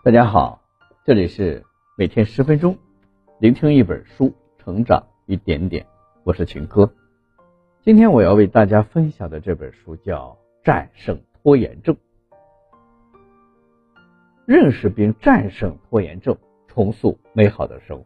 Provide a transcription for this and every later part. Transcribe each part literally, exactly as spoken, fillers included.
大家好，这里是每天十分钟，聆听一本书，成长一点点。我是秦科。今天我要为大家分享的这本书叫《战胜拖延症》。认识并战胜拖延症，重塑美好的生活。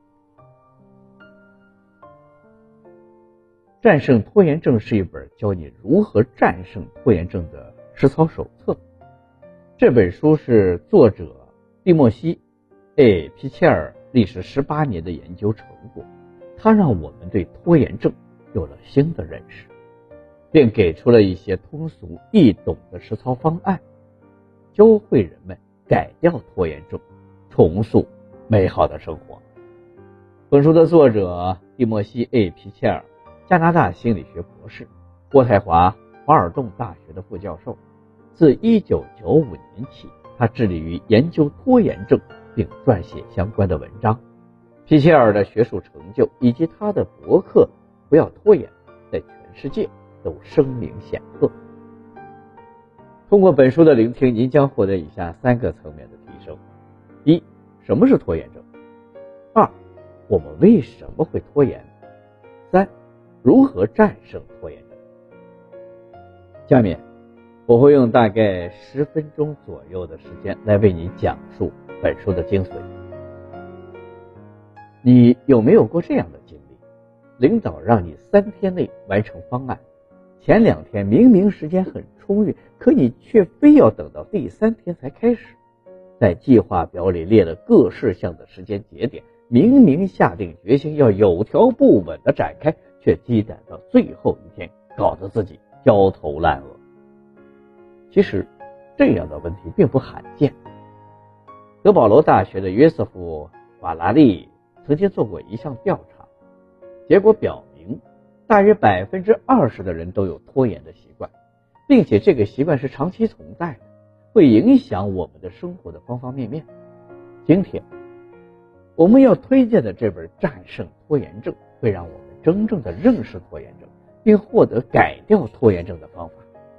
战胜拖延症是一本教你如何战胜拖延症的实操手册。这本书是作者蒂莫西 ·A· 皮切尔历时十八年的研究成果，他让我们对拖延症有了新的认识，并给出了一些通俗易懂的实操方案，教会人们改掉拖延症，重塑美好的生活。本书的作者蒂莫西 ·A· 皮切尔，加拿大心理学博士，渥太华华尔顿大学的副教授。自一九九五年起，他致力于研究拖延症，并撰写相关的文章。皮切尔的学术成就以及他的博客《不要拖延》在全世界都声名显赫。通过本书的聆听，您将获得以下三个层面的提升：一、什么是拖延症？二、我们为什么会拖延？三、如何战胜拖延症？下面我会用大概十分钟左右的时间来为你讲述本书的精髓。你有没有过这样的经历？领导让你三天内完成方案，前两天明明时间很充裕，可你却非要等到第三天才开始。在计划表里列了各事项的时间节点，明明下定决心要有条不紊地展开，却积攒到最后一天，搞得自己焦头烂额。其实这样的问题并不罕见。德保罗大学的约瑟夫·瓦拉利曾经做过一项调查，结果表明大约 百分之二十 的人都有拖延的习惯，并且这个习惯是长期存在的，会影响我们的生活的方方面面。今天我们要推荐的这本《战胜拖延症》会让我们真正的认识拖延症，并获得改掉拖延症的方法。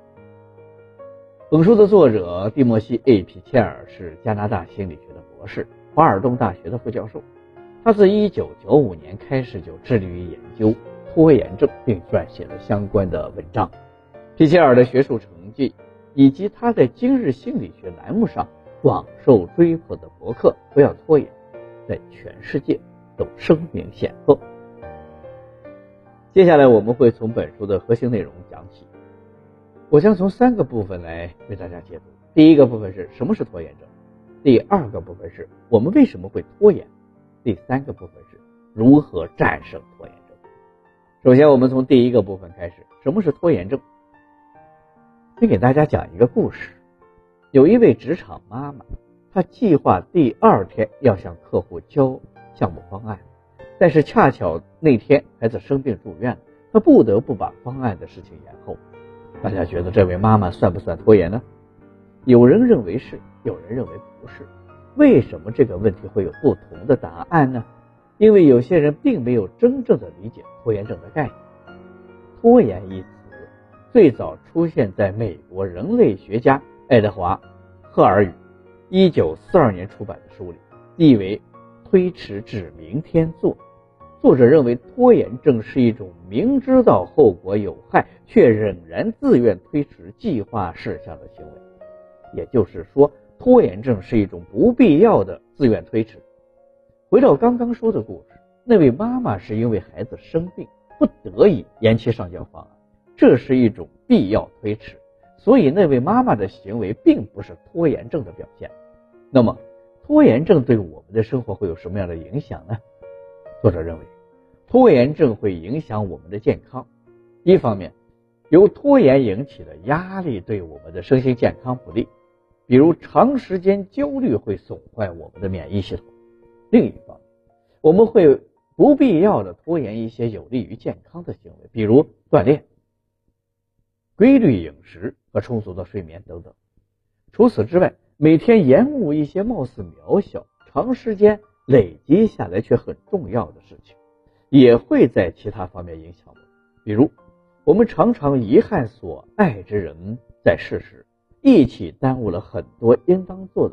本书的作者蒂莫西 ·A· 皮切尔是加拿大心理学的博士，华尔顿大学的副教授。他自一九九五年开始就致力于研究拖延症，并撰写了相关的文章。皮切尔的学术成绩以及他在今日心理学栏目上广受追捧的博客《不要拖延》，在全世界都声名显赫。接下来我们会从本书的核心内容讲起，我将从三个部分来为大家解读。第一个部分是什么是拖延症，第二个部分是我们为什么会拖延，第三个部分是如何战胜拖延症。首先我们从第一个部分开始，什么是拖延症？先给大家讲一个故事。有一位职场妈妈，她计划第二天要向客户交项目方案，但是恰巧那天孩子生病住院，她不得不把方案的事情延后。大家觉得这位妈妈算不算拖延呢？有人认为是，有人认为不是。为什么这个问题会有不同的答案呢？因为有些人并没有真正的理解拖延症的概念。拖延一词最早出现在美国人类学家爱德华·赫尔语一九四二年出版的书里，译为推迟至明天做。作者认为拖延症是一种明知道后果有害却仍然自愿推迟计划事项的行为，也就是说拖延症是一种不必要的自愿推迟。回到刚刚说的故事，那位妈妈是因为孩子生病不得已延期上交方案，这是一种必要推迟，所以那位妈妈的行为并不是拖延症的表现。那么拖延症对我们的生活会有什么样的影响呢？作者认为拖延症会影响我们的健康。一方面，由拖延引起的压力对我们的身心健康不利，比如长时间焦虑会损坏我们的免疫系统。另一方面，我们会不必要的拖延一些有利于健康的行为，比如锻炼、规律饮食和充足的睡眠等等。除此之外，每天延误一些貌似渺小、长时间累积下来却很重要的事情，也会在其他方面影响我们。比如我们常常遗憾所爱之人在世时，一起耽误了很多应当做的事，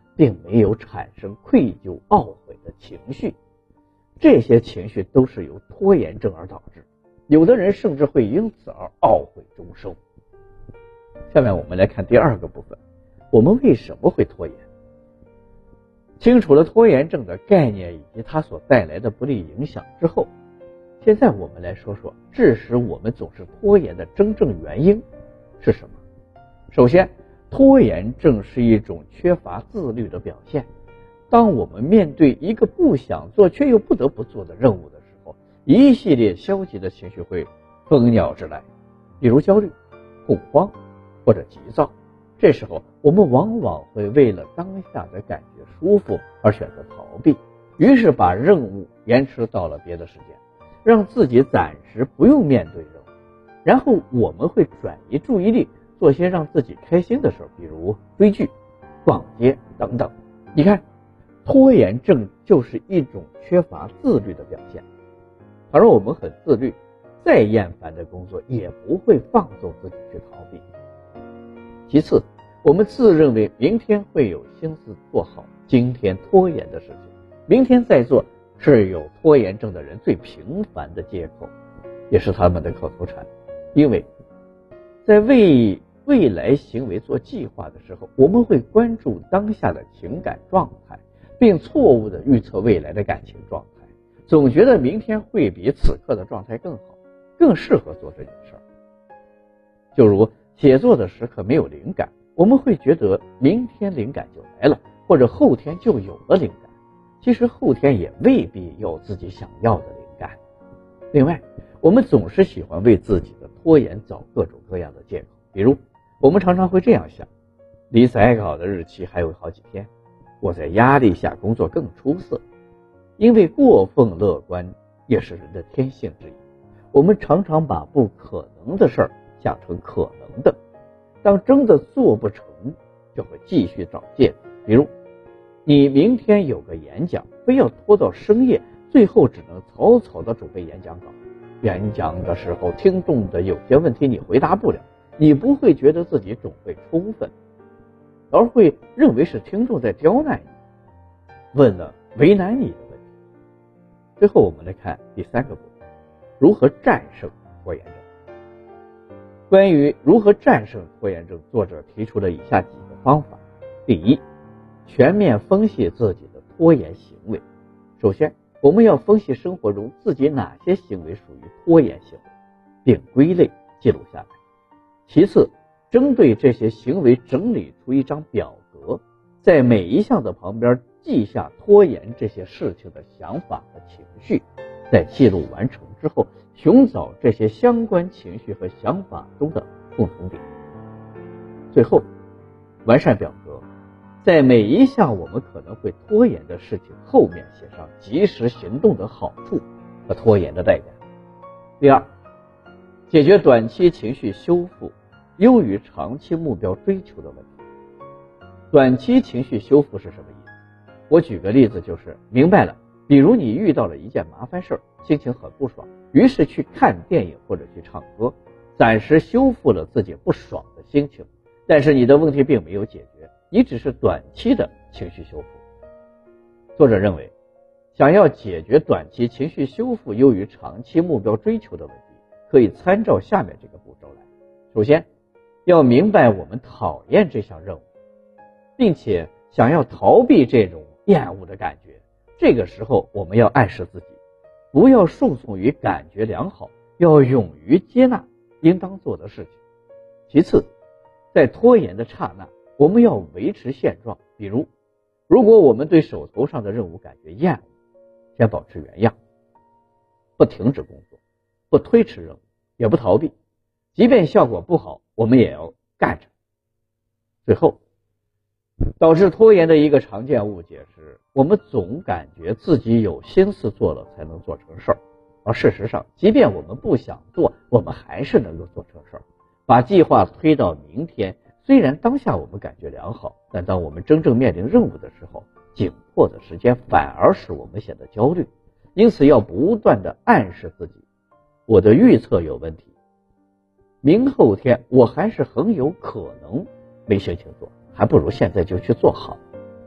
并没有产生愧疚懊悔的情绪，这些情绪都是由拖延症而导致，有的人甚至会因此而懊悔终生。下面我们来看第二个部分，我们为什么会拖延？清楚了拖延症的概念以及它所带来的不利影响之后，现在我们来说说致使我们总是拖延的真正原因是什么。首先，拖延症是一种缺乏自律的表现。当我们面对一个不想做却又不得不做的任务的时候，一系列消极的情绪会蜂鸟之来，比如焦虑、恐慌或者急躁。这时候我们往往会为了当下的感觉舒服而选择逃避，于是把任务延迟到了别的时间，让自己暂时不用面对任务。然后我们会转移注意力，做些让自己开心的事，比如追剧、逛街等等。你看，拖延症就是一种缺乏自律的表现。倘若我们很自律，再厌烦的工作也不会放纵自己去逃避。其次，我们自认为明天会有心思做好今天拖延的事情，明天再做是有拖延症的人最频繁的借口，也是他们的口头禅。因为在为未来行为做计划的时候，我们会关注当下的情感状态，并错误地预测未来的感情状态，总觉得明天会比此刻的状态更好，更适合做这件事儿。就如写作的时刻没有灵感，我们会觉得明天灵感就来了，或者后天就有了灵感，其实后天也未必有自己想要的灵感。另外，我们总是喜欢为自己的拖延找各种各样的借口，比如我们常常会这样想，离载稿的日期还有好几天，我在压力下工作更出色。因为过分乐观也是人的天性之一，我们常常把不可能的事儿想成可能的，当真的做不成就会继续找借口。比如你明天有个演讲，非要拖到深夜，最后只能草草的准备演讲稿。演讲的时候听众的有些问题你回答不了，你不会觉得自己准备充分，而会认为是听众在刁难你，问了为难你的问题。最后我们来看第三个部分，如何战胜拖延症。关于如何战胜拖延症，作者提出了以下几个方法。第一，全面分析自己的拖延行为。首先，我们要分析生活中自己哪些行为属于拖延行为，并归类记录下来。其次，针对这些行为整理出一张表格，在每一项的旁边记下拖延这些事情的想法和情绪。在记录完成之后，寻找这些相关情绪和想法中的共同点。最后，完善表格，在每一项我们可能会拖延的事情后面写上及时行动的好处和拖延的代价。第二，解决短期情绪修复优于长期目标追求的问题。短期情绪修复是什么意思？我举个例子，就是明白了，比如你遇到了一件麻烦事儿，心情很不爽，于是去看电影或者去唱歌，暂时修复了自己不爽的心情，但是你的问题并没有解决，你只是短期的情绪修复。作者认为，想要解决短期情绪修复优于长期目标追求的问题，可以参照下面这个步骤来。首先，要明白我们讨厌这项任务，并且想要逃避这种厌恶的感觉。这个时候我们要暗示自己，不要顺从于感觉良好，要勇于接纳应当做的事情。其次，在拖延的刹那，我们要维持现状。比如，如果我们对手头上的任务感觉厌恶，先保持原样，不停止工作，不推迟任务，也不逃避，即便效果不好，我们也要干着。最后，导致拖延的一个常见误解是，我们总感觉自己有心思做了才能做成事儿，而事实上，即便我们不想做，我们还是能够做成事儿。把计划推到明天，虽然当下我们感觉良好，但当我们真正面临任务的时候，紧迫的时间反而使我们显得焦虑。因此要不断的暗示自己，我的预测有问题，明后天我还是很有可能没心情做，还不如现在就去做好。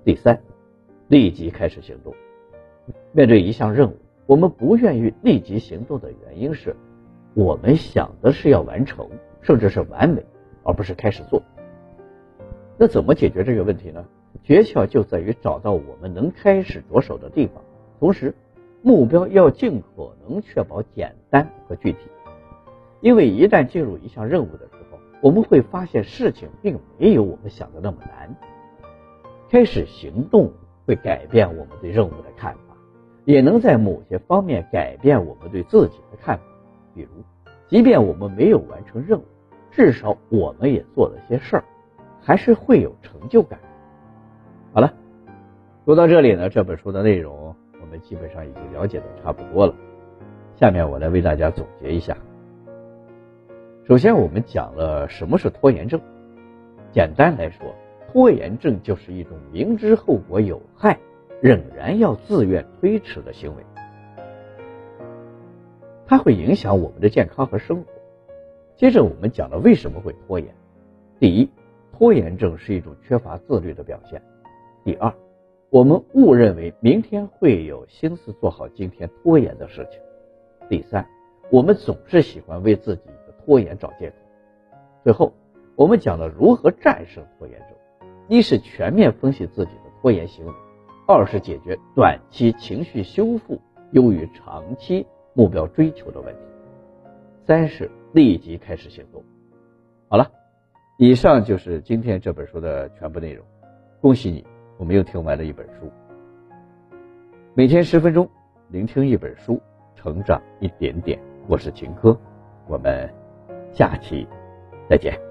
第三，立即开始行动。面对一项任务，我们不愿意立即行动的原因是，我们想的是要完成，甚至是完美，而不是开始做。那怎么解决这个问题呢？诀窍就在于找到我们能开始着手的地方，同时目标要尽可能确保简单和具体。因为一旦进入一项任务的时候，我们会发现事情并没有我们想的那么难。开始行动会改变我们对任务的看法，也能在某些方面改变我们对自己的看法。比如，即便我们没有完成任务，至少我们也做了些事儿，还是会有成就感。好了，说到这里呢，这本书的内容我们基本上已经了解的差不多了。下面我来为大家总结一下。首先我们讲了什么是拖延症。简单来说，拖延症就是一种明知后果有害，仍然要自愿推迟的行为。它会影响我们的健康和生活。接着我们讲了为什么会拖延。第一，拖延症是一种缺乏自律的表现。第二，我们误认为明天会有心思做好今天拖延的事情。第三，我们总是喜欢为自己的拖延找借口。最后，我们讲了如何战胜拖延症。一是全面分析自己的拖延行为，二是解决短期情绪修复优于长期目标追求的问题，三是立即开始行动。好了，以上就是今天这本书的全部内容。恭喜你，我们又听完了一本书。每天十分钟，聆听一本书，成长一点点。我是秦科，我们下期再见。